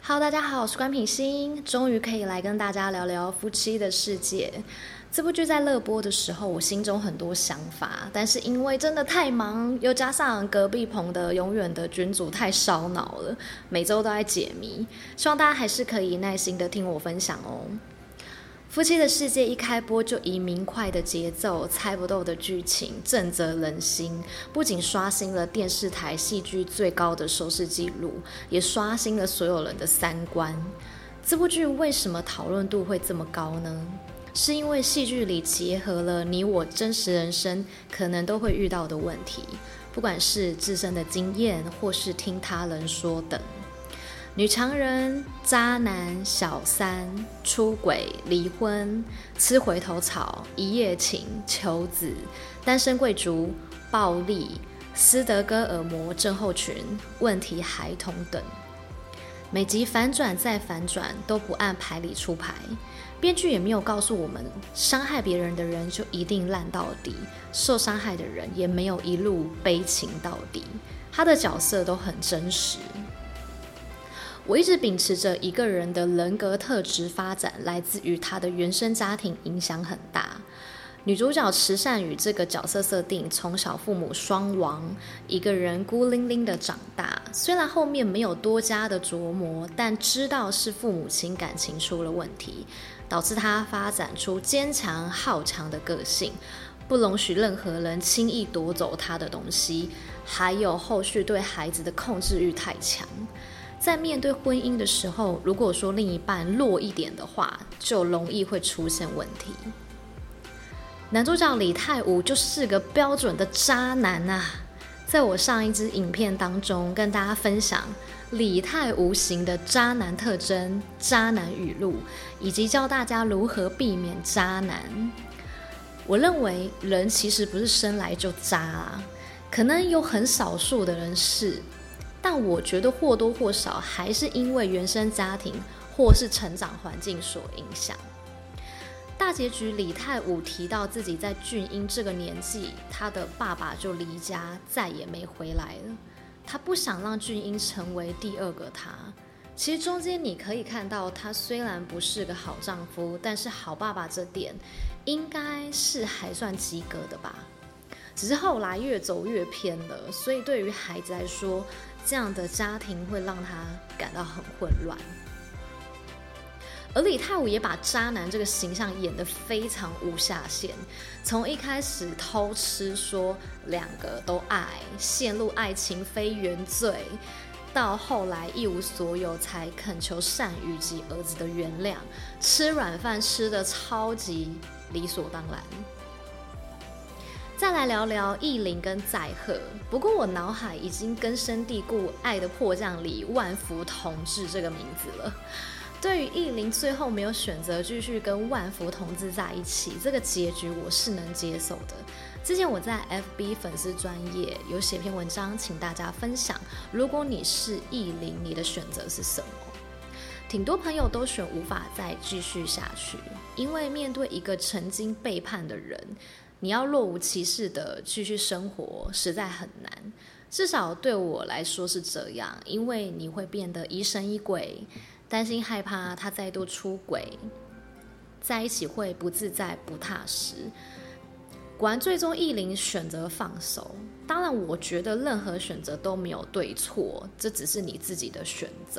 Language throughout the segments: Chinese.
Hello，大家好，我是关品欣，终于可以来跟大家聊聊夫妻的世界。这部剧在热播的时候，我心中很多想法，但是因为真的太忙，又加上隔壁棚的永远的君主太烧脑了，每周都在解谜，希望大家还是可以耐心的听我分享哦。夫妻的世界一开播就以明快的节奏、猜不透的剧情震慑人心，不仅刷新了电视台戏剧最高的收视纪录，也刷新了所有人的三观。这部剧为什么讨论度会这么高呢？是因为戏剧里结合了你我真实人生可能都会遇到的问题，不管是自身的经验，或是听他人说等。女强人、渣男、小三、出轨、离婚、吃回头草、一夜情、求子、单身贵族、暴力、斯德哥尔摩症候群、问题孩童等，每集反转再反转，都不按牌理出牌。编剧也没有告诉我们，伤害别人的人就一定烂到底，受伤害的人也没有一路悲情到底。他的角色都很真实。我一直秉持着一个人的人格特质发展来自于他的原生家庭影响很大。女主角池善宇这个角色设定，从小父母双亡，一个人孤零零的长大，虽然后面没有多加的琢磨，但知道是父母亲感情出了问题，导致她发展出坚强好强的个性，不容许任何人轻易夺走她的东西，还有后续对孩子的控制欲太强。在面对婚姻的时候，如果说另一半弱一点的话，就容易会出现问题。男主角李泰武就是个标准的渣男啊！在我上一支影片当中跟大家分享李泰武型的渣男特征、渣男语录，以及教大家如何避免渣男。我认为人其实不是生来就渣啊，可能有很少数的人是，但我觉得或多或少还是因为原生家庭或是成长环境所影响。大结局李泰武提到自己在俊英这个年纪，他的爸爸就离家再也没回来了，他不想让俊英成为第二个他。其实中间你可以看到，他虽然不是个好丈夫，但是好爸爸这点应该是还算及格的吧。只是后来越走越偏了，所以对于孩子来说，这样的家庭会让他感到很混乱。而李泰武也把渣男这个形象演得非常无下限，从一开始偷吃说两个都爱，陷入爱情非原罪，到后来一无所有才恳求善宇及儿子的原谅，吃软饭吃得超级理所当然。再来聊聊艺林跟载荷，不过我脑海已经根深蒂固《爱的迫降》里万福同志这个名字了。对于艺林最后没有选择继续跟万福同志在一起，这个结局我是能接受的。之前我在 FB 粉丝专页有写篇文章，请大家分享，如果你是艺林，你的选择是什么？挺多朋友都选无法再继续下去，因为面对一个曾经背叛的人，你要若无其事的继续生活实在很难，至少对我来说是这样，因为你会变得疑神疑鬼，担心害怕他再度出轨，在一起会不自在不踏实。果然最终艺林选择放手，当然我觉得任何选择都没有对错，这只是你自己的选择。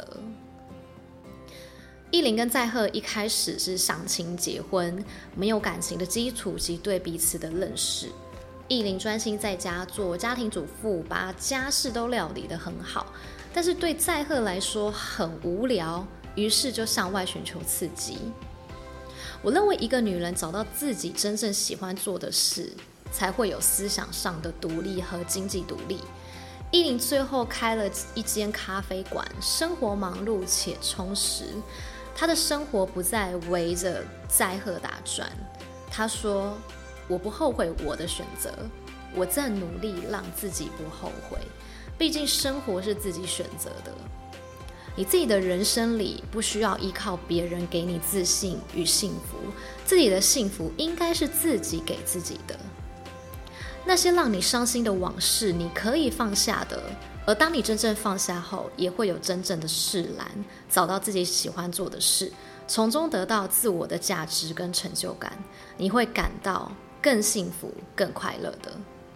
艺林跟载荷一开始是相亲结婚，没有感情的基础及对彼此的认识。艺林专心在家做家庭主妇，把家事都料理得很好，但是对载荷来说很无聊，于是就向外寻求刺激。我认为一个女人找到自己真正喜欢做的事，才会有思想上的独立和经济独立。艺林最后开了一间咖啡馆，生活忙碌且充实，她的生活不再围着载荷打转。她说，我不后悔我的选择，我在努力让自己不后悔，毕竟生活是自己选择的。你自己的人生里不需要依靠别人给你自信与幸福，自己的幸福应该是自己给自己的。那些让你伤心的往事，你可以放下的， 而当你真正放下后，也会有真正的释然，找到自己喜欢做的事，从中得到自我的价值跟成就感，你会感到更幸福、更快乐的。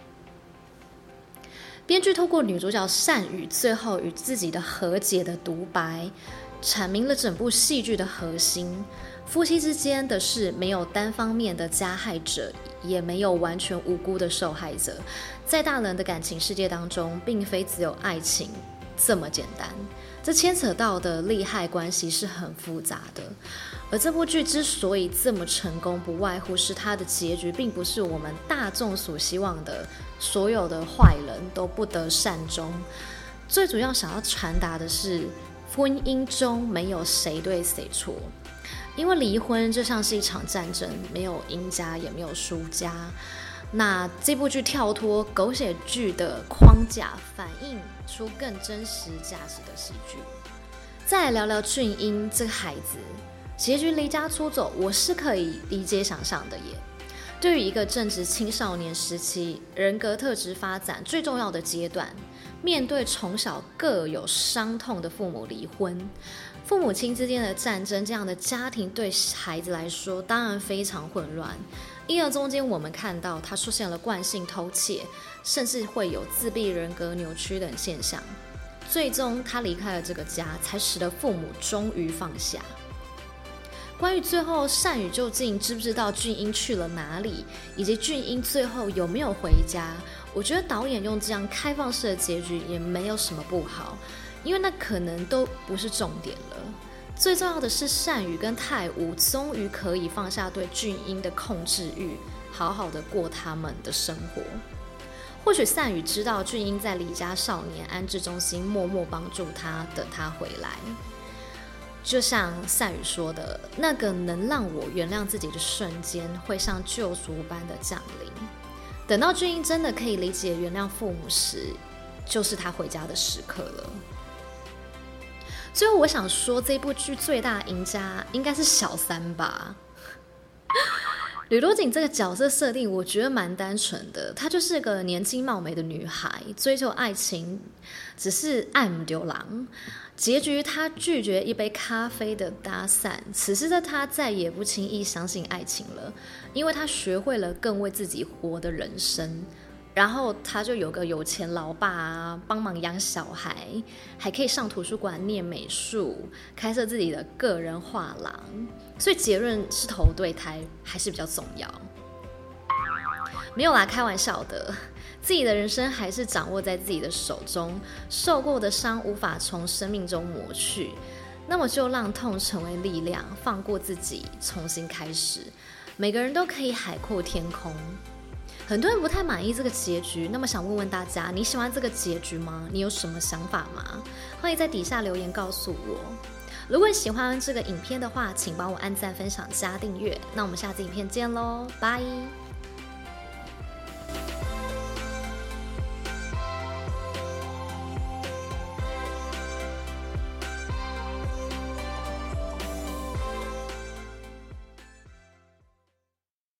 编剧透过女主角善宇最后与自己的和解的独白，阐明了整部戏剧的核心。夫妻之间的事没有单方面的加害者，也没有完全无辜的受害者。在大人的感情世界当中，并非只有爱情这么简单，这牵扯到的利害关系是很复杂的。而这部剧之所以这么成功，不外乎是它的结局并不是我们大众所希望的，所有的坏人都不得善终。最主要想要传达的是，婚姻中没有谁对谁错，因为离婚就像是一场战争，没有赢家也没有输家。那这部剧跳脱狗血剧的框架，反映出更真实价值的戏剧。再来聊聊俊英这个孩子，结局离家出走，我是可以理解想象的耶。对于一个正值青少年时期、人格特质发展最重要的阶段，面对从小各有伤痛的父母离婚，父母亲之间的战争，这样的家庭对孩子来说当然非常混乱。因而中间我们看到他出现了惯性偷窃，甚至会有自闭人格扭曲等现象。最终他离开了这个家，才使得父母终于放下。关于最后善宇究竟知不知道俊英去了哪里，以及俊英最后有没有回家，我觉得导演用这样开放式的结局也没有什么不好，因为那可能都不是重点了。最重要的是善宇跟泰吾终于可以放下对俊英的控制欲，好好的过他们的生活。或许善宇知道俊英在离家少年安置中心默默帮助他，等他回来。就像善宇说的，那个能让我原谅自己的瞬间，会像救赎般的降临。等到俊英真的可以理解原谅父母时，就是他回家的时刻了。最后我想说，这部剧最大赢家应该是小三吧。吕多景这个角色设定我觉得蛮单纯的，她就是个年轻貌美的女孩，追求爱情只是爱唔丢人。结局她拒绝一杯咖啡的搭讪，此时的她再也不轻易相信爱情了，因为她学会了更为自己活的人生。然后他就有个有钱老爸啊，帮忙养小孩，还可以上图书馆念美术，开设自己的个人画廊。所以结论是投对胎还是比较重要。没有啦，开玩笑的，自己的人生还是掌握在自己的手中，受过的伤无法从生命中抹去，那么就让痛成为力量，放过自己，重新开始。每个人都可以海阔天空。很多人不太满意这个结局，那么想问问大家，你喜欢这个结局吗？你有什么想法吗？欢迎在底下留言告诉我。如果你喜欢这个影片的话，请帮我按赞、分享、加订阅。那我们下次影片见咯，拜。